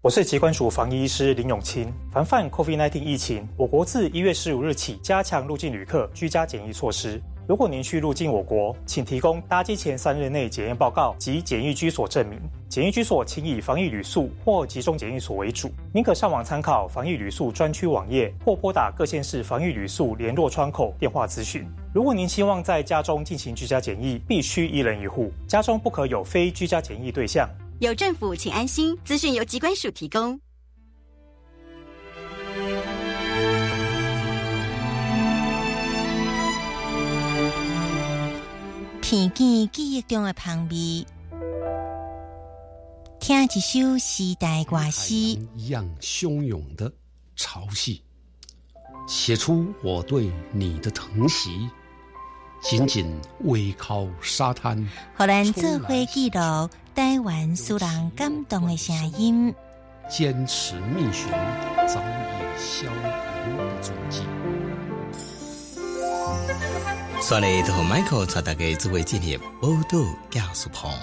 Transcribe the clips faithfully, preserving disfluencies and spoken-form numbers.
我是疾管署防疫医师林永清。防范 COVID 十九 疫情，我国自一月十五日起加强入境旅客居家检疫措施。如果您需入境我国，请提供搭机前三日内检验报告及检疫居所证明。检疫居所请以防疫旅宿或集中检疫所为主。您可上网参考防疫旅宿专区网页，或拨打各县市防疫旅宿联络窗口电话咨询。如果您希望在家中进行居家检疫，必须一人一户，家中不可有非居家检疫对象。 有政府，请安心。资讯由疾管署提供。 片见记忆中的香味，听一首时代歌诗， 一样汹涌的潮汐，写出我对你的疼惜。紧紧偎靠沙滩， 互咱做伙记录台湾使人感动的声音。 坚持觅寻早已消亡的足迹。 刷来就和 Michael 带大家做为进行报道教书棚。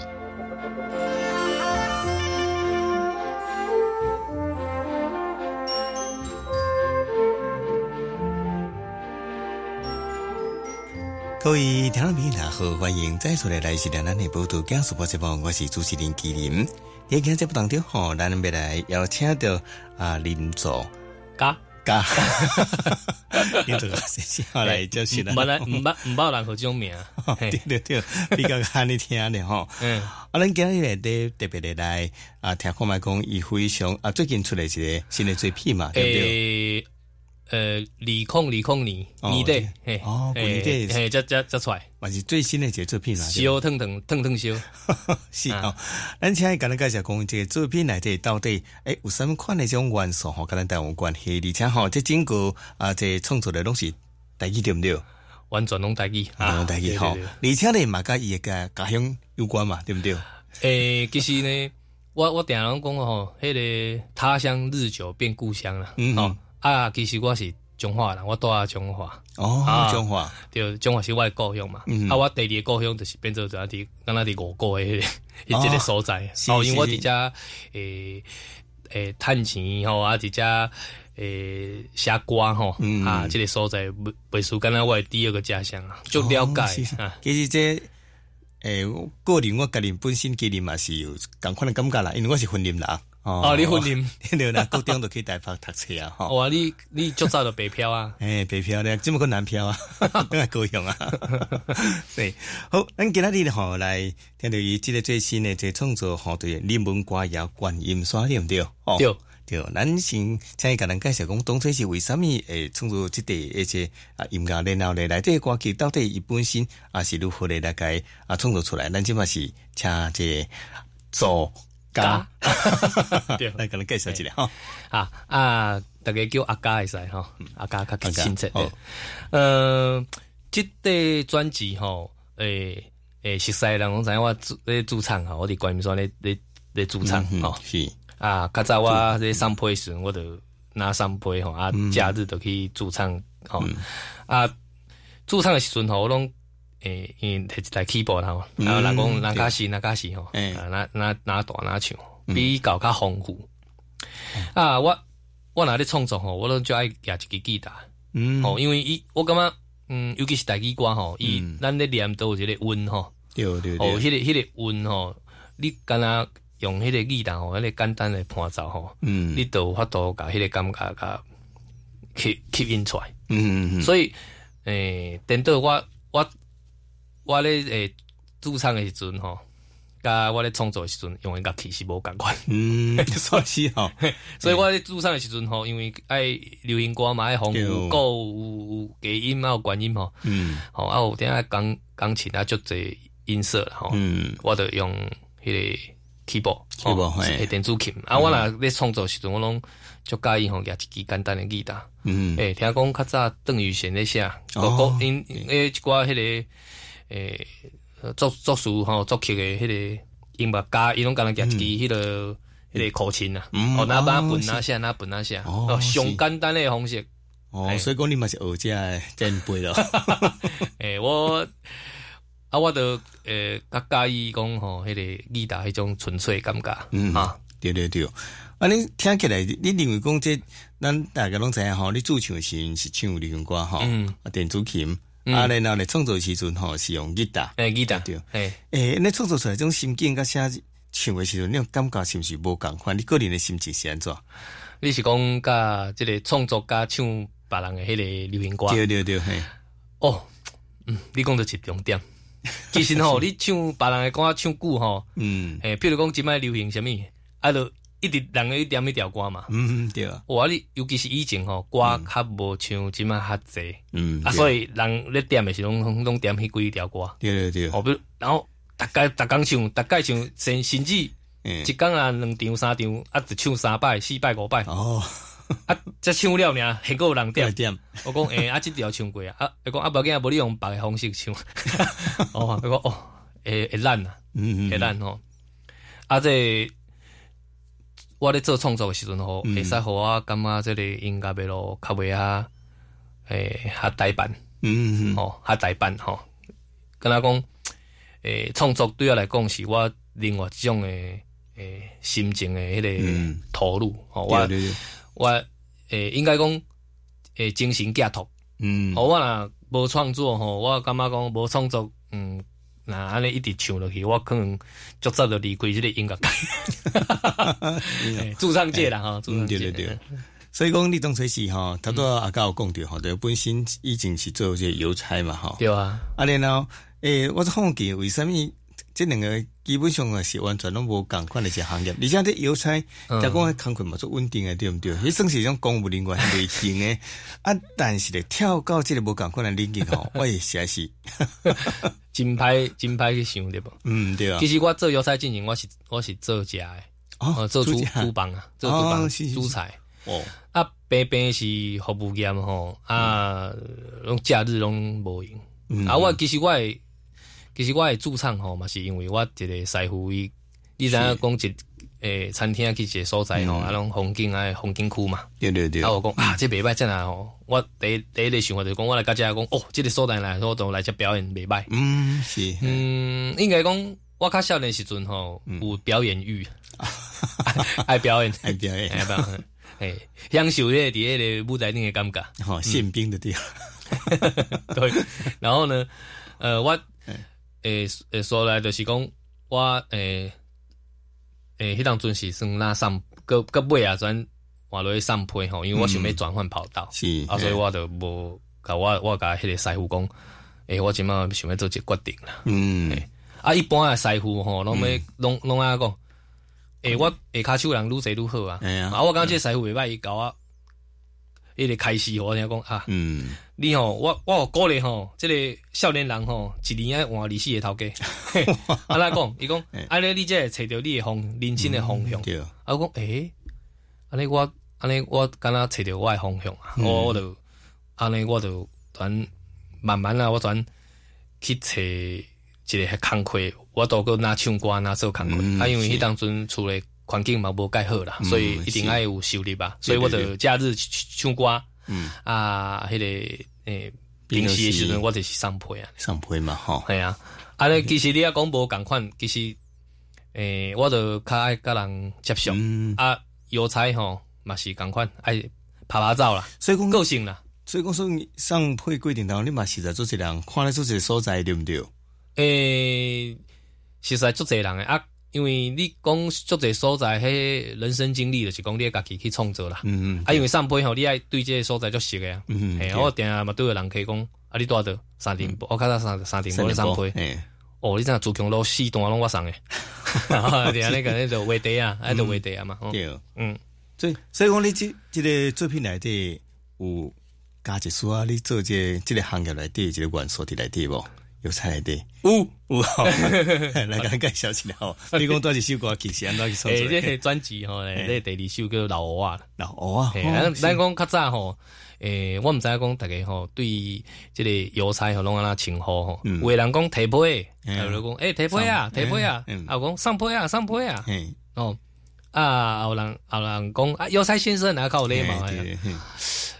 各位听众朋友大家好，欢迎再次来来是咱的报道讲述播节目，我是主持人麒麟。在今日节目当中吼，咱要来邀请到啊林作家家，林作家先生后来就是啦， 唔来唔捌唔捌人好这种名， 对对对，比较安尼听的吼。嗯，啊，咱今日咧特别的来啊听看卖讲，伊非常啊最近出来一个新的作品嘛，对不对？ 呃，李控李控你你的嘿哦，你的嘿，这这这出来， 还是最新的一个作品啦。 烧腾腾腾腾烧， 是哦。咱请甲咱介绍讲，这个作品内底到底诶有啥物款的这种元素吼，跟咱台湾有关系，而且吼，这整个啊，这创作的拢是台语对不对？ 完全拢台语， 啊，台语吼。而且咧嘛，甲伊个家乡有关嘛，对不对？ 诶，其实呢，我我定常讲吼，迄个他乡日久变故乡啦，嗯哦。啊，其实我是中华人，我住啊中华。 哦，啊、中华， 对，中华是我的故乡嘛。嗯、啊，我第二个故乡就是变做在伫，敢若伫五股的迄、那个、迄、哦、个所在。哦，因为我伫遮诶诶趁钱吼，啊伫遮诶写歌吼，嗯、啊，这个所在袂输敢若我的第二个家乡啊，足了解。 哦、啊，其实这诶个人我个人本身个人嘛是有同款的感觉啦，因为我是婚姻人。 哦，你婚姻对啦，高中就去台北读册啊！ 吼，哇，你你足早就北漂啊？ 诶，北漂咧，怎么个南漂啊？等下高雄啊！对，好，咱今仔日吼来听到伊即个最新的这创作吼，对人文歌谣观音山对毋对？ 哦，对对，咱先请伊甲咱介绍讲，当初是为什么诶创作即个一些啊音乐，然后咧来这歌曲到底伊本身啊是如何咧来个啊创作出来？咱即嘛是请这做。家， 对， 来跟咱介绍一下哈。 啊啊，大家叫阿家会使哈，阿家较亲切的。呃，这个专辑吼，诶诶，熟悉人拢知影我主咧主唱吼，我伫观音山咧咧咧主唱吼。 是啊，较早我咧上配时，我就拿上配吼，啊，假日就去驻唱吼。啊，驻唱的时阵吼，我拢。诶，因摕一台 keyboard 吼，然后人讲人家是人家是吼，啊，拿拿拿大拿唱，比较较丰富。啊，我我若咧创作吼，我都就爱夹一支吉他，嗯，吼，因为伊我感觉，嗯，尤其是台语歌吼，伊咱咧念都有一个韵吼， 对对对， 哦，迄个迄个韵吼，你敢若用迄个吉他吼，迄个简单的伴奏吼，嗯，你都有法度甲迄个感觉甲吸吸引出来，嗯嗯嗯，所以诶，等到我我。我咧诶驻唱的时阵吼，甲我咧创作的时阵用的乐器是无共款， 嗯，算是吼。 所以我咧驻唱的时阵吼，因为爱流行歌嘛，爱丰富，有有低音啊，有管音吼，嗯，吼啊有点啊钢钢琴啊，足侪音色啦吼，嗯，我就用迄个 keyboard，keyboard 嘿电子琴。啊，我若咧创作的时阵，我拢足介意吼，举一支简单的吉他，嗯，诶，听讲较早邓宇贤咧写，国国因诶一寡迄个。诶，作作词吼，作曲的迄个音乐家，伊拢敢若夹一支迄个迄个口琴啊，哦，哪把本哪下，哪本哪下，哦，上简单的方式。 哦，所以讲你嘛是学者前辈咯。 诶，我啊，我都诶较介意讲吼，迄个吉他迄种纯粹感觉。嗯啊， 对对对。 啊，你听起来，你认为讲这，咱大家拢知影吼，你主唱的时是唱流行歌吼，嗯，啊电子琴，嗯、啊然后咧创作的时阵吼是用吉他， 诶吉他对， 诶诶，你创作出来这种心境甲写唱的时阵，你种感觉是毋是无共款？你个人的心情是安怎？ 你是讲甲即个创作甲唱别人的迄个流行歌？ 对对对，嘿， 哦，嗯，你讲到一重点。其实吼，你唱别人的歌唱久吼，嗯，诶，譬如讲即摆流行啥物，啊，就一直人去点迄条歌嘛， 嗯，对啊， 哇，你尤其是以前吼，歌较无像即摆较济，嗯，啊，所以人咧点的是拢拢点迄几条歌， 对对对， 哦，比如然后逐家逐工唱，逐家唱，甚甚至一工啊两场三场，啊，就唱三摆、四摆、五摆，哦。啊，才唱了尔，还够有人点。点我讲诶、欸，啊，这条唱过啊，啊，伊讲啊，无要紧啊，无你用别个方式唱。哦，伊讲哦，会会烂啊，会烂吼。啊，这我咧做创作诶时阵吼，会使互我感觉这个音乐诶路较袂啊，诶，较呆板，嗯嗯，吼，较呆板吼。敢若讲，诶，创作对我来讲是我另外一种诶诶心情诶迄个投入，吼，我。我诶、欸，应该讲诶，精神寄托。嗯，我若无创作吼，我感觉讲无创作，嗯，那安尼一直唱落去，我可能足早就离开这个音乐界，驻唱界啦哈，驻唱界。对对对。 所以讲你当初是吼，头拄阿甲有讲着吼，就本身以前是做这邮差嘛吼。 对啊。 啊，然后诶、欸，我是好奇为什么？这两个基本上啊是完全拢无共款的一个行业，而且这邮差，就讲迄工课嘛做稳定的，对毋对？迄算是一种公务人员类型的啊，但是咧跳到这个无共款的领域吼，我也实在是真歹真歹去想对无？ 嗯，对啊。 其实我做邮差进行，我是我是做食的，哦，做主主帮啊，做主帮主菜。哦，啊，平平是服务业吼，啊，拢假日拢无用。啊，我其实我会。其实我会驻唱吼，嘛是因为我一个师傅伊，你知影讲一诶餐厅去一个所在吼，啊，拢风景啊，风景区嘛。 对对对。 啊，我讲啊，这袂歹真啊吼，我第一第一个想法就是讲，我来甲遮讲，哦，这个所在来，我就来遮表演袂歹。嗯，是。嗯，应该讲我较少年时阵吼，有表演欲，爱表演， 爱表演， 爱表演，诶，享受迄个伫迄个舞台顶的感觉。 吼，宪兵的地方。 对，然后呢，呃，我。诶诶，说来就是讲，我诶诶，迄当阵是算那上个个尾啊，转换落去上批吼，因为我想要转换跑道，是啊，所以我就无甲我我甲迄个师傅讲，诶，我即满想要做一个决定啦。嗯，啊，一般诶师傅吼，拢要拢拢安讲，诶，我下骹手人愈做愈好啊。啊，我感觉这师傅袂歹，伊甲我迄个开始，我听讲啊。嗯。你吼，我我鼓励吼，即、这个少年人吼，一年爱换二四个头家。安怎讲？伊讲，安尼你才会找到你的方人生的方向。对啊，我讲，诶，安尼我安尼我敢若找到我的方向啊！我我就安尼我就转慢慢啊，我转去找一个工课，我都搁拿唱歌拿做工课。啊，因为迄当阵厝咧环境嘛无介好啦，所以一定爱有收入啊。所以我就假日唱歌。嗯啊，迄、那个诶，平时诶时阵我就是上批啊， 上批嘛吼， 系啊。啊，咧其实你啊讲无共款，其实诶，我就较爱甲人接触、嗯、啊，邮差吼嘛是共款，爱拍拍照啦， 所以讲个性啦。 所以讲说上批规定头，你嘛实在做一人，看咧做一个所在对毋对？ 诶，实在做一人诶啊。因为你讲足侪所在，迄人生经历就是讲你家己去创造啦。嗯嗯。啊，因为上批吼，你爱对这个所在足熟诶啊。嗯嗯。我定下嘛对个人可以讲，啊，你住倒三顶埔，我较早三三顶埔咧上批。哦，你真自强路四段拢我送诶。定下那个那个画地啊，那个画地啊嘛。对。嗯。 所以所以讲你这这个作品内底有加一丝啊，你做这这个行业内底这个元素伫内底无？邮差内底有有好，来甲介绍一下吼。你讲多一首歌，其实安怎去创作？ 诶，这个专辑吼，诶，这第二首叫老乌啊， 老乌啊。 咱咱讲较早吼，诶，我毋知影讲大家吼对即个邮差吼拢安那称呼吼。有个人讲提批，有人讲诶提批啊，提批啊，啊讲上批啊，上批啊。哦，啊，有人有人讲啊，邮差先生啊，较有礼貌诶。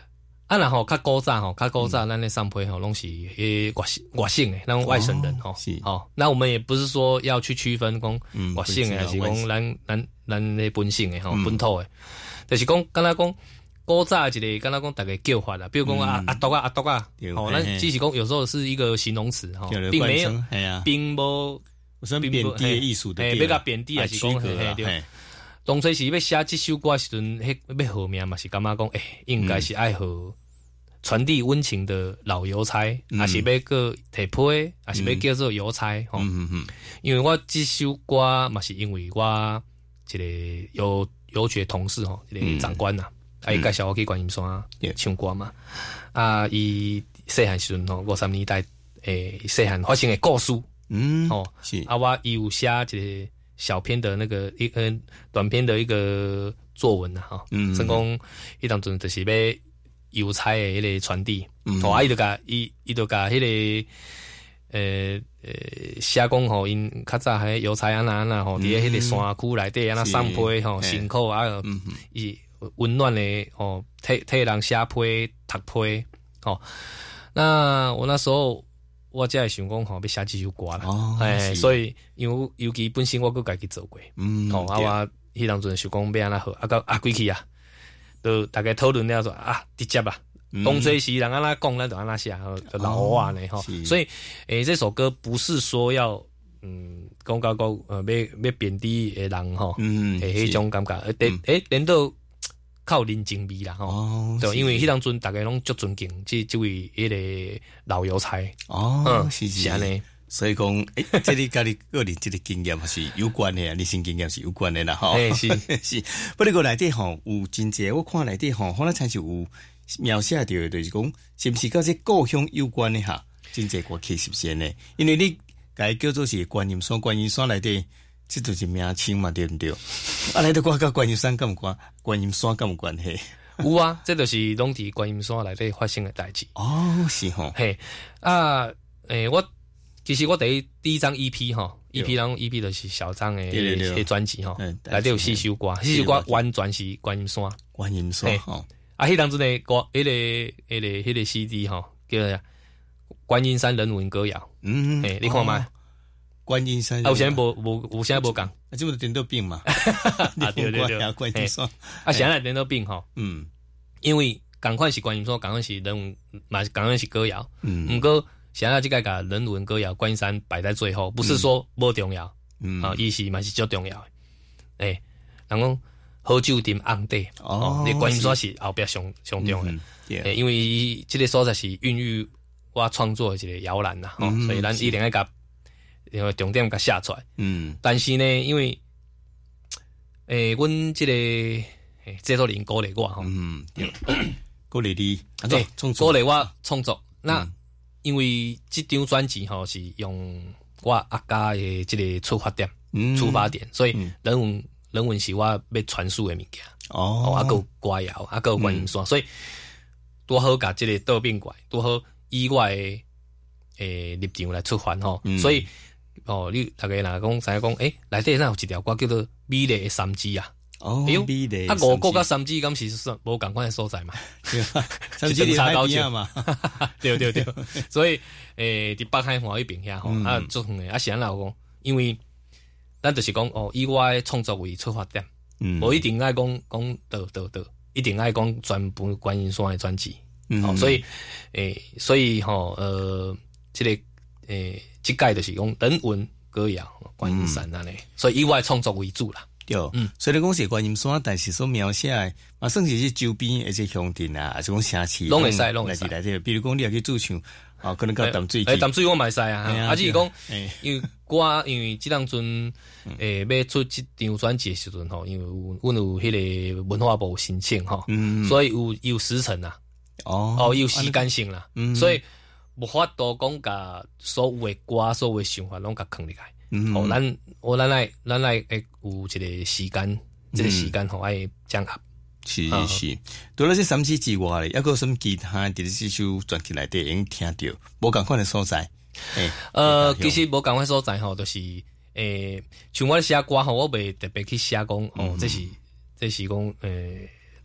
啊，然后较古早吼，较古早咱的上批吼，拢是诶外外省诶，那种外省人吼。是。好，那我们也不是说要去区分讲外省诶，还是讲咱咱咱的本省诶吼，本土诶，就是讲敢若讲古早一个敢若讲大家叫法啦，比如讲啊阿斗啊阿斗啊，吼，咱只是讲有时候是一个形容词吼，并没有，并无。 有什贬低的艺术的， 诶，要甲贬低也是讲，嘿对。当初是要写这首歌时阵，迄要号名嘛是感觉讲，诶，应该是爱和传递温情的老邮差，还是要个提批，还是要叫做邮差吼。嗯嗯嗯。因为我这首歌嘛是因为我一个邮邮局同事吼，一个长官呐，啊伊介绍我去观音山唱歌嘛。啊，伊细汉时阵吼，五十年代诶，细汉发生的故事。嗯，哦，是啊，我有写一个小篇的那个一个短篇的一个作文呐，哈，嗯，成功伊当阵就是要邮差的迄个传递，嗯，哦，啊，伊就甲伊伊就甲迄个呃呃写讲吼，因较早迄邮差安那安那吼，伫咧迄个山区内底安那送批吼，辛苦啊，伊温暖的哦，替替人写批读批，哦，那我那时候。我才会想讲吼，要写这首歌啦，哦，哎，所以因为尤其本身我佫家己做过，嗯，吼，啊，我迄当阵想讲要安那好，啊，到啊归去啊，都大家讨论了说啊，直接啦，当初时人安那讲，咱就安那写，就老话呢吼，所以诶，这首歌不是说要嗯讲到讲呃要要贬低诶人吼，嗯，诶迄种感觉，诶诶，连到。靠人情味啦，吼、哦，对，因为迄当阵大家拢足尊敬这这位迄个老邮差， 哦，嗯，是是安尼，所以讲，诶、欸，这里甲你个人这个经验是有关的啊，你新经验是有关的啦，吼， 诶，是是，不过内底吼有真济，我看内底吼，可能参是有描写到的，就是讲是不是甲这故乡有关的哈？真济歌曲是不是呢？因为你甲叫做是观音山，观音山内底。这就是名称嘛，对不对？啊，来的歌跟观音山敢有关？观音山敢有关系？ 有啊，这就是拢伫观音山内底发生的代志。 哦，是吼。 嘿，啊，诶、欸，我其实我第一第一张 E P 吼 ，E P 然后 E P 就是小张的迄专辑吼，内底有四首歌，四首歌完全是观音山。 观音山吼， 啊，迄当阵的歌，迄、那个、迄、那个、迄个 C D 吼，叫《观音山人文歌谣》。嗯，诶、欸，你看嘛。哦观音山， 啊，有现在无无，有现在无讲，啊， 这不是电脑病嘛？ 啊，对对对， 观音山， 啊，现在电脑病吼，嗯，因为赶快是观音山，赶快是人文，嘛，赶快是歌谣，嗯，不过现在这个把人文歌谣观音山摆在最后，不是说不重要，嗯，啊，伊是嘛是最重要的，诶，人讲好酒啉红底，哦，你观音山是后壁上上重的，诶，因为这个所在是孕育我创作的一个摇篮呐，吼，所以咱一定要甲。因为重点甲写出来，嗯，但是呢，因为，诶、欸，阮这个制作人鼓励我吼，嗯， 鼓励你， 对，鼓励我创作。那、嗯、因为这张专辑吼是用我阿家的这个出发点，嗯、出发点，所以人文、嗯、人文是我要传输的物件，哦，啊，还有歌谣，啊，还有观音山，嗯、所以多好甲这个倒变过来，多好以我的诶立场来出发吼，嗯、所以。哦，你大家若讲，知影讲，诶，内底那有一条歌叫做《美丽的三枝》啊。 哦，美丽的三枝。 啊，五个甲三枝，敢是算无共款的所在嘛？ 三枝差高见嘛？ 对对对，所以诶，伫北海岸迄边遐吼，啊，做远诶，啊，是安老讲，因为咱就是讲，哦，以我诶创作为出发点，嗯，无一定爱讲讲倒倒倒，一定爱讲全部观音山诶专辑，嗯，哦，所以诶，所以吼，呃，这个诶。即届就是用人文歌谣观音山安尼，嗯、所以以我创作为主啦。 对，嗯，虽然讲是观音山，但是所描写的嘛，算是是周边一些乡镇啊，还是讲城市， 拢会使，拢会使来这。比如讲你也去驻唱，啊，可能到淡水去， 诶，淡水我嘛会使啊，啊，只是讲，因为我因为即当阵诶要出即张专辑的时阵吼，因为有阮有迄个文化部申请吼，嗯、所以有有时程啦，哦，哦有时间性啦，嗯、所以。无法度讲甲所有诶歌、所有诶想法拢甲藏入来。嗯，哦，咱我咱来咱来会有一个时间，嗯、这个时间吼爱整合。 是是是，除了这三支之外咧，还有什么其他伫咧这首专辑内底已经听到无共款诶所在？ 诶，呃，其实无共款所在吼，就是诶，像我写歌吼，我袂特别去写讲哦，这是这是讲诶。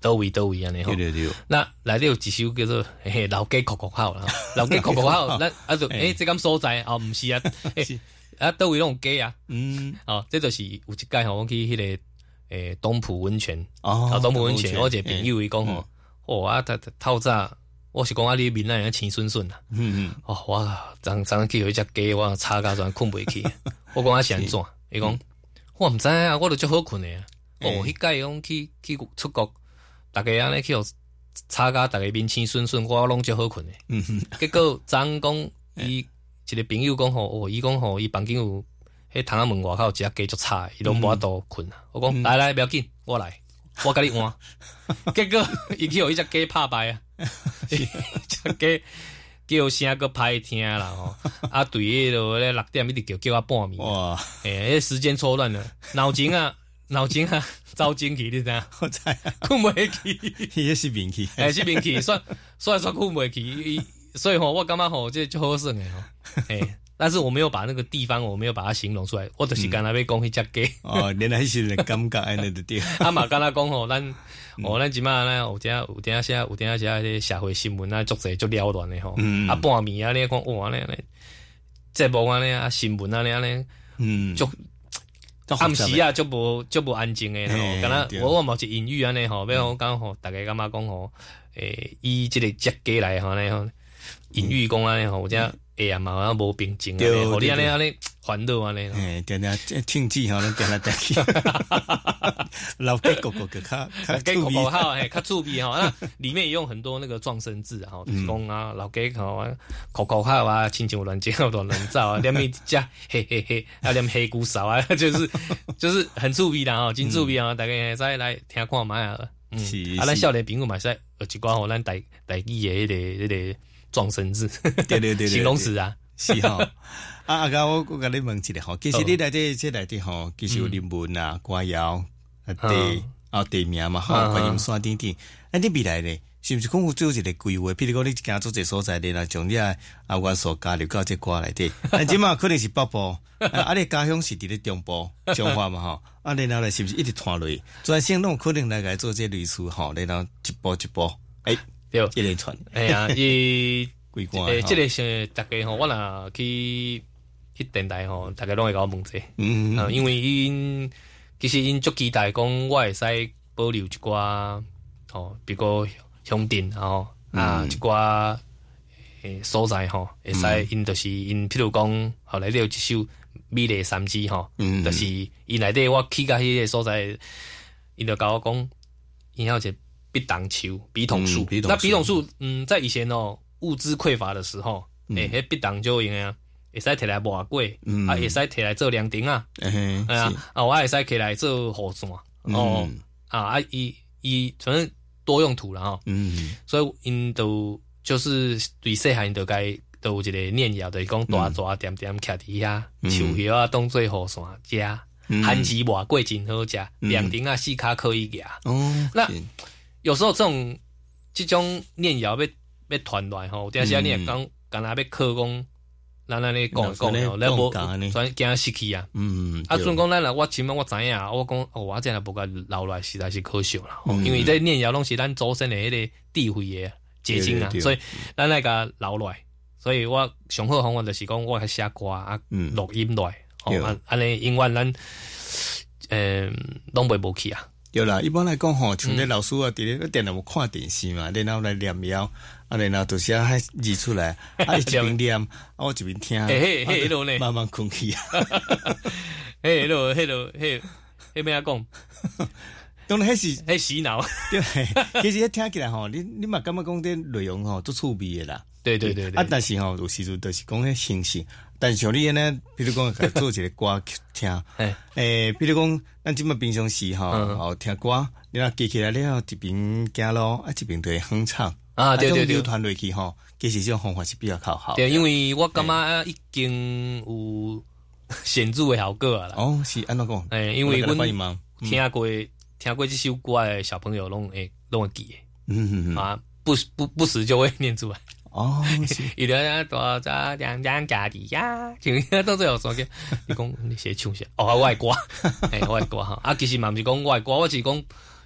倒位倒位安尼吼。 对对对。 那内底有一首叫做嘿嘿老鸡哭哭号啦，老鸡哭哭号，咱啊就诶这敢所在哦，毋是啊，诶啊倒位拢有鸡啊，嗯，哦，这就是有一届吼，我去迄个诶东浦温泉哦，东浦温泉，我一个朋友伊讲吼，哦啊，他透早。我是讲啊，你面那样青顺顺啦，嗯嗯，哦，我昨昨去有一只鸡，我吵到全困袂去。我讲啊是安怎？伊讲我毋知啊，我都足好困诶啊。哦，迄届讲去去出國，大家安尼去互吵到大家面青顺順，我拢足好困诶。嗯哼，結果昨講伊一個朋友講吼，哦，伊講吼，伊房間有迄窗仔門外口有一只雞足吵，伊攏無法度困啊。我講來來，不要緊，我來。我甲你換，結果伊去互迄只雞拍敗啊！只雞叫聲個歹聽啦吼，啊對迄落咧六點一直叫叫啊半暝，哇！誒，迄時間錯亂了，腦筋啊腦筋啊走進去，你知影？我知啊，困袂去， 伊迄失眠去， 誒失眠去，算算算困袂去，所以吼我感覺吼這就好耍誒吼，誒。但是我没有把那个地方，我没有把它形容出来。我就是刚才要讲迄只鸡。 哦，原来是感觉安尼的对。 啊嘛，刚才讲吼，咱哦，咱即马呢有点有点写有点写迄社会新闻啊，足侪足了乱的吼。嗯。啊，半暝啊，你讲哇，安尼节目安尼啊，新闻安尼安尼，嗯，足暗时啊，足无足无安静的吼。敢若我我嘛是隐喻安尼吼，要我讲吼，大家感觉讲吼，诶，以即个只鸡来吼安尼吼，隐喻讲安尼吼，有只。哎呀，嘛好像无平静啊！互你安尼安尼烦恼安尼。 哎，定定这听记吼，咱定来定去。老鸡狗狗个较较鸡狗狗好，哎，较趣味吼。那里面也用很多那个状声字啊，就是讲啊，老鸡吼啊，狗狗好啊，亲像乱叫乱乱走啊，连咪只嘿嘿嘿，啊连黑骨扫啊，就是就是很趣味啦吼，真趣味啊！大家再来听看卖啊。嗯，啊，咱少年朋友嘛，使有一寡吼，咱台台语的迄个迄个。撞声字， 对对对， 形容词啊， 是吼。啊啊个我我甲你问一下吼，其实你内底这内底吼，其实有人文啊、歌谣啊地啊地名嘛，吼，观音山等等。啊，你未来咧，是毋是讲有做一个规划？譬如讲你行做一个所在咧，若将你啊啊元素加入到这歌内底。啊，即嘛可能是北部，啊，你家乡是伫咧中部彰化嘛吼。啊，然后咧是毋是一直传落去？专线拢可能来来做这类似吼，然后一步一步，诶。 对， 一连串。 哎呀，伊规关。 诶，即个是大家吼，我若去去电台吼，大家拢会甲我问者。嗯嗯。因为因其實因足期待講，我會使保留一寡吼，比如鄉鎮吼啊，一寡誒所在吼，會使因就是因，譬如講後來咧有一首美麗三字吼，就是因內底我去到迄個所在，因就甲我講，因有一個筆筒樹、筆筒樹，那筆筒樹，嗯，在以前哦物資匱乏的時候，誒，迄筆筒就用啊。會使摕來磨粿，嗯、啊，會使摕來做涼亭啊，係、嗯、啊，啊，我會使摕來做雨傘，嗯、哦，啊，啊，伊伊反正多用途啦吼，嗯，所以因都就是對細漢就該都有一個念謠，就是講大蛇點點徛佇遐，樹葉啊當做雨傘食，旱時磨粿真好食，涼亭啊四腳可以夾，哦，那有時候這種這種念謠要要傳來吼，有陣時你也講，敢若要靠講。咱安尼講講吼，咱無全驚失去啊！嗯，啊，所以講咱若我前擺我知影，我講哦，我真係無甲留落來，實在是可惜啦。因為這念謠攏是咱祖先的迄個智慧的結晶啊，所以咱來甲留落來。所以我上好方法就是講，我較寫歌啊，錄音落來，哦，安尼永遠咱誒攏袂無去啊。 對啦，一般來講吼，像啲老師啊，佇咧電腦有看電視嘛，然後來念謠。啊，然後就是啊，字出來，啊，一邊念，啊，我一邊聽， 嘿嘿，迄落呢， 慢慢困去啊， 嘿，迄落，迄落，迄，迄咩啊講？ 當然迄是， 迄洗腦， 對，其實一聽起來吼，你你嘛感覺講啲內容吼，都趣味嘅啦， 對對對， 啊，但是吼，有時陣就是講迄形式，但是像你安尼，比如講做一個歌聽，誒，比如講咱即麼平常時吼，哦，聽歌，你若記起來了，一邊行路，啊，一邊就會哼唱。啊，對對對，流傳落去吼，其實這種方法是比較靠好。 對，因為我感覺已經有顯著的效果啊啦。 哦，是安怎講？ 誒，因為阮聽過聽過這首歌的小朋友攏會攏會記的。嗯嗯嗯。啊，不不不時就會念出來。哦，是。伊就啊大隻兩兩家己呀，像伊到最後說嘅，伊講你寫唱寫，哦，我係歌，誒，我係歌哈。啊，其實嘛毋是講我係歌，我是講。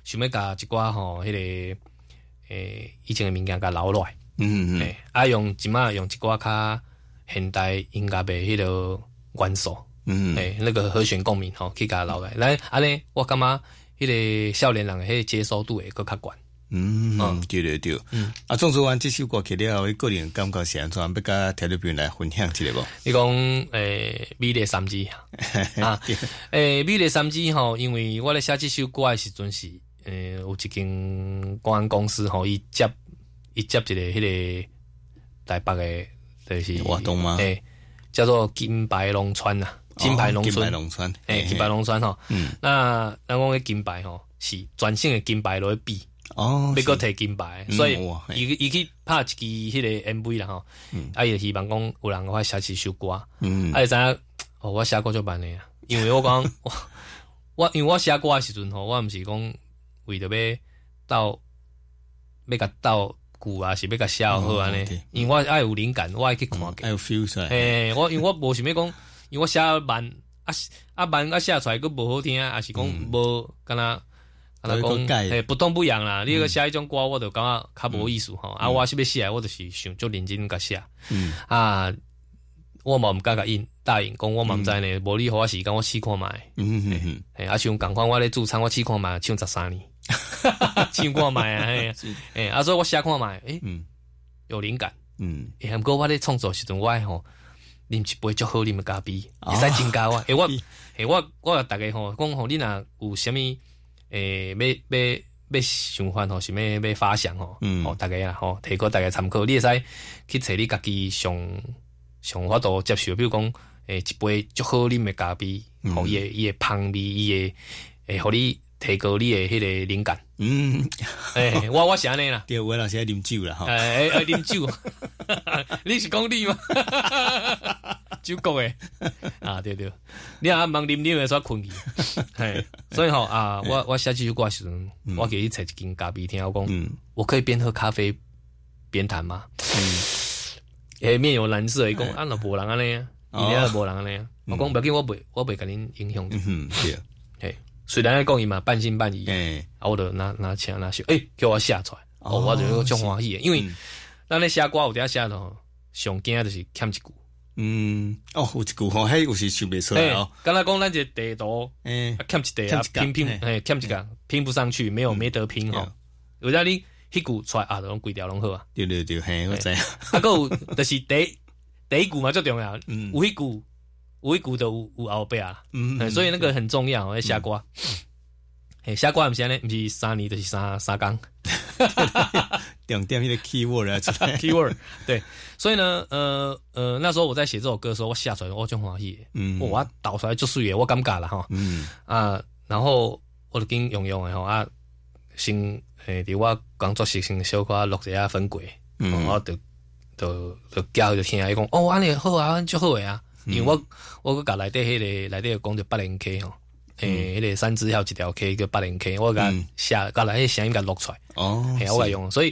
想要甲一寡吼，迄、那个诶以前的物件甲留落来， 嗯嗯， 诶、啊用即马用一寡较现代音乐的迄个元素，嗯，诶、那个和弦共鸣吼，去甲留来，来安尼，我感觉迄个少年人的迄个接受度会更较悬。 嗯，嗯对对对，嗯，啊，总之完这首歌曲了后，你个人感觉是安怎？要甲听众朋友来分享一下无？ 你讲诶，美丽三枝啊，诶，美丽三枝吼，因为我咧写这首歌的时阵是，诶，有一间公安公司吼，伊接伊接一个迄个台北的，就是活动吗？ 诶，叫做金牌农村呐，金牌农村， 金牌农村， 诶，金牌农村吼，嗯，那咱讲个金牌吼，是全省的金牌落去比。 哦， 要搁摕金牌，嗯、所以伊伊去拍一支迄个 M V 啦吼，嗯、啊伊就希望讲有人我写一首歌，嗯，啊会知影哦，我写歌足慢的啊，因为我讲我我因为我写歌的时阵吼，我毋是讲为着要斗要甲斗句啊，是要甲写好安尼，哦、因为我爱有灵感，我爱去看， 爱、嗯、有 feel 出来， 诶、欸，我因为我无想要讲，因为我写慢啊啊慢啊写出来佫无好听，啊是讲无敢若。啊，讲诶，不痛不痒啦！你个写一种歌，我就感觉较无意思吼。啊，我是要写，我就是想足认真甲写。嗯啊，我嘛毋敢甲应答应，讲我嘛毋知呢。无你互我时间，我试看觅。嗯嗯嗯。诶，啊，像共款我咧驻唱，我试看觅，唱十三年，唱看觅啊，嘿。诶，啊，所以我写看觅，诶，有灵感。嗯。诶，毋过我咧创作时阵，我爱吼啉一杯足好啉诶咖啡，会使增加我。诶，我诶，我我甲逐个吼讲吼，你若有啥物？诶、欸，要要要想法吼，是要要发想吼，嗯，吼、哦，大家啦吼，提供大家参考，你会使去找你家己上上法度接受，比如讲，诶、欸，一杯足好啉的咖啡，吼、嗯，伊会伊会香味，伊会会互你提高你的迄个灵感。嗯，诶、欸，我我是安尼啦。 对，我老是爱啉酒啦，吼。 诶诶，啉酒，你是讲你吗？酒国诶，啊对对，你若忙啉啉诶，煞困去，嘿，所以吼啊，我我写这首歌时阵，嗯、我给伊找一间咖啡厅，我讲，嗯、我可以边喝咖啡边弹吗？诶、嗯，面有蓝色，伊讲啊，若无人安尼啊，伊咧无人安尼啊，我讲不要紧，我袂我袂甲恁影响。嗯，对，嘿，虽然讲伊嘛半信半疑，诶、啊，我就拿拿枪拿手，诶、欸，叫我写出来，哦，我就足欢喜诶，因为咱咧写歌有伫遐写咯，上惊就是欠一句。嗯， 哦，有一句吼，迄有时想袂出来哦。 刚才讲咱这地图，诶、欸，欠一地啊，拼拼，诶，欠一个拼不上去，没有、嗯、没得拼吼。有当你迄句出来啊，就拢规条拢好啊。 对对对，嘿，我知。 啊，个有就是第第一句嘛最重要，嗯，有迄句有迄句就有有后壁啊，嗯，所以那个很重要，迄写歌。嘿，写歌毋是安尼，毋是三年就是三三工。 重点迄个 keyword 啊，出来 keyword 对，所以呢，呃呃，那时候我在写这首歌的时候，我写出来我就欢喜，嗯，我导出来就水的，我感觉啦哈，嗯啊，然后我就紧用用的吼啊，先诶，伫我工作时先小可录一下分轨，嗯，我就就就叫就听伊讲，哦，安尼好啊，安足好诶啊，因为我我佮内底迄个内底讲着八连 K 吼。诶，迄、嗯、个三支还有一条 K 叫八连 K， 我甲写，甲来迄声音甲录出来。哦，嘿，我甲用，所以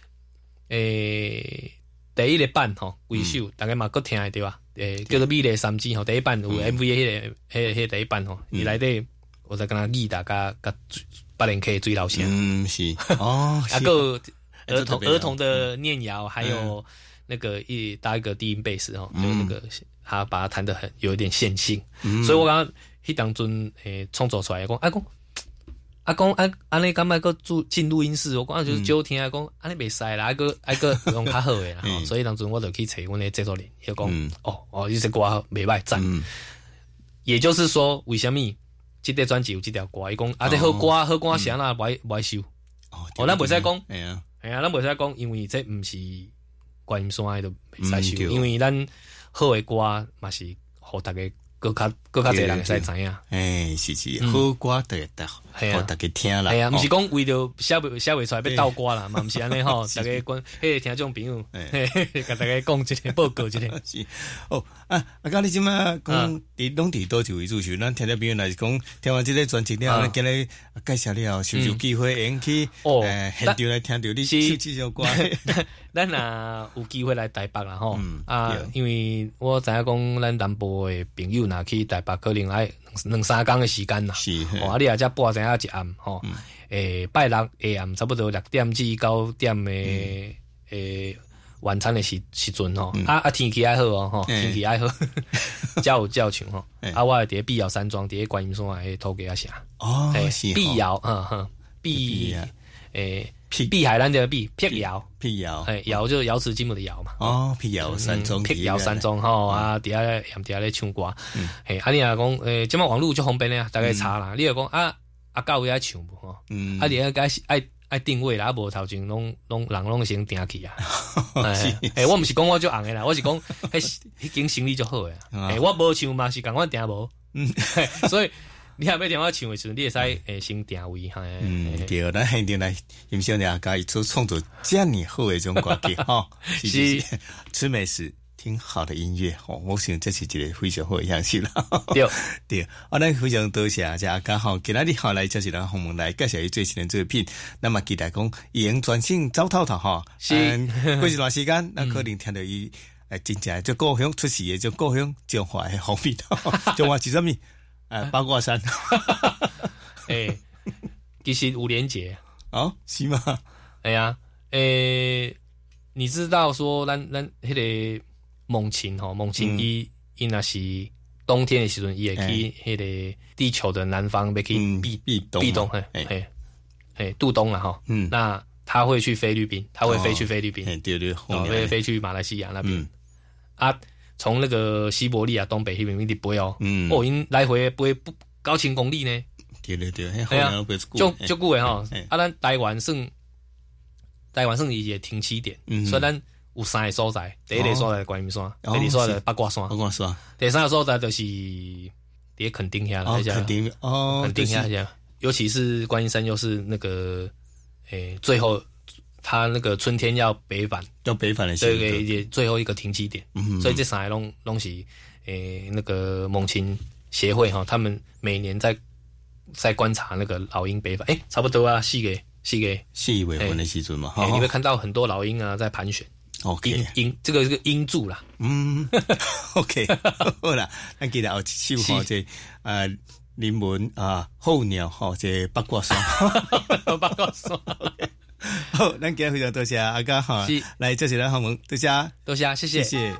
诶，第一个版吼，规首、嗯、大家嘛搁听的对吧？诶，叫做美丽三枝吼，第一版有 M V 的迄、那个，迄、嗯、迄、那個、第一版吼，伊内底我在跟他记大家甲八连 K 最老声。 嗯，是哦， 啊个儿童儿童的念谣，还有那个一搭一个低音贝斯吼，就那个他把它弹得很有一点线性，嗯、所以我刚刚。迄当阵诶创作出来讲，啊讲啊讲啊安尼感觉个住进录音室，我讲啊就是少听啊讲安尼袂使啦，啊个啊个用较好诶啦，嗯、所以当阵我就去找阮诶制作人，伊讲、嗯、哦哦，你这歌袂歹赞。嗯、也就是说，为什么这个专辑有这条歌？伊讲啊，这好歌、哦、好歌是安那歹歹收？哦，哦咱袂使讲，系啊，系啊，咱袂使讲，因为这毋是观音山诶都袂使收，嗯、因为咱好诶歌嘛是互大家。搁较搁较侪人会使知影， 诶，是是，好歌得得，互大家听啦。 系啊，毋是讲为着写袂写袂出来要倒歌啦，嘛毋是安尼吼。大家观迄个听众朋友，甲大家讲一个报告一个。 是哦，啊啊，甲你即马讲，伫拢伫倒就为主，是咱听众朋友来是讲，听完即个专辑了，咱今日介绍了，是有机会用去诶现场来听到你唱这首歌。 咱若有机会来台北啦吼，啊，因为我知影讲咱南部诶朋友若啦，去台北可能爱两三工的时间啦。 是， 哦，啊，你也才半阵啊一暗吼，诶，拜六下暗差不多六点至九点的诶晚餐的时时阵吼，啊啊天气还好哦吼，天气还好，才有才有唱吼。啊，我伫碧瑶山庄，伫观音山诶土地啊写。 哦，是碧瑶，嗯哼，碧诶。碧海咱叫碧辟谣， 辟谣， 哎，谣就是瑶池金母的瑶嘛。 哦，辟谣山庄， 辟谣山庄吼啊，底下踮底下咧唱歌。嘿，啊你若讲，诶，即马网络就方便咧，大概查啦。你若讲啊啊，到位爱唱无吼？嗯，啊，底下该爱爱定位啦，啊无头前拢拢人拢先定去啊。诶，我毋是讲我就红诶啦，我是讲迄迄间生意就好诶。诶，我无唱嘛是共我定无。嗯，所以。你若要点我唱的时候，你会使诶先定位哈。 嗯，对，咱肯定来欣赏人家做创作这样好的这种歌曲哈。是吃美食，听好的音乐吼，我想这是一个非常好的样式啦。 对对，啊，咱非常多谢这阿家吼，今仔日好来就是咱鸿蒙来介绍伊最新的作品。那么期待讲伊用专心走透透哈。是，过一段时间，咱可能听到伊诶真正就故乡出世的就故乡彰化的方面，彰化是啥物？呃，八卦山， 诶、欸，其实有连结哦，是吗？ 哎呀，诶、欸，你知道说咱咱迄个猛禽吼，猛禽伊伊那是冬天的时阵，伊会去迄个地球的南方，要去避避避冬，嘿，嘿，嘿，度冬了哈。嗯，那他会去菲律宾，他会飞去菲律宾， 哦、对对， 哦，会飞去马来西亚那边、嗯、啊。从那个西伯利亚东北那边一直飞哦，嗯，哦，因来回飞不高千公里呢。 对对对， 对啊，就就久的吼。啊，咱台湾算台湾算伊个停栖点，嗯、所以咱有三个所在，第一个所在观音山，哦、第二所在八卦山， 八卦山， 第三个所在就是伫垦丁遐啦， 垦丁哦， 垦丁遐遐，尤其是观音山又是那个诶、欸、最后。他那个春天要北返， 要北返的时候， 对对，最后一个停机点，嗯、所以这三个拢拢是诶、欸、那个猛禽协会哈，他们每年在在观察那个老鹰北返，诶、欸，差不多啊，四个四个四月份的时阵嘛， 欸、你会看到很多老鹰啊在盘旋。 OK， 鹰这个是个鹰柱啦， 嗯 ，OK， 好啦，咱记得有一首吼，这呃林文啊候鸟吼，这八卦山， 八卦山。 好，咱今日非常多谢阿家哈，来这是咱鸿蒙，多谢， 多谢，谢谢， 谢谢。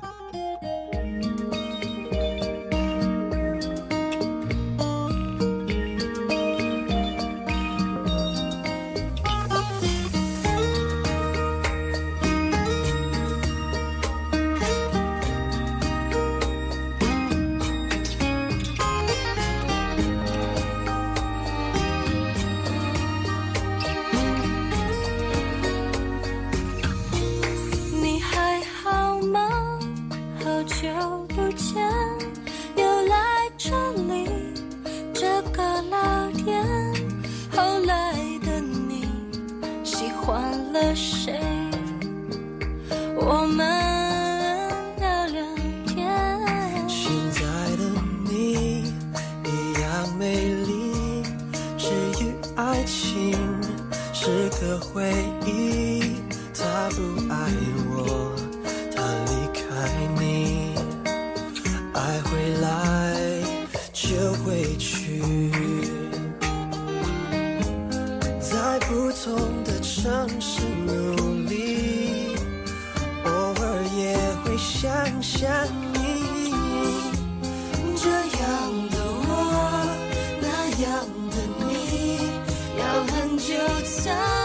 就在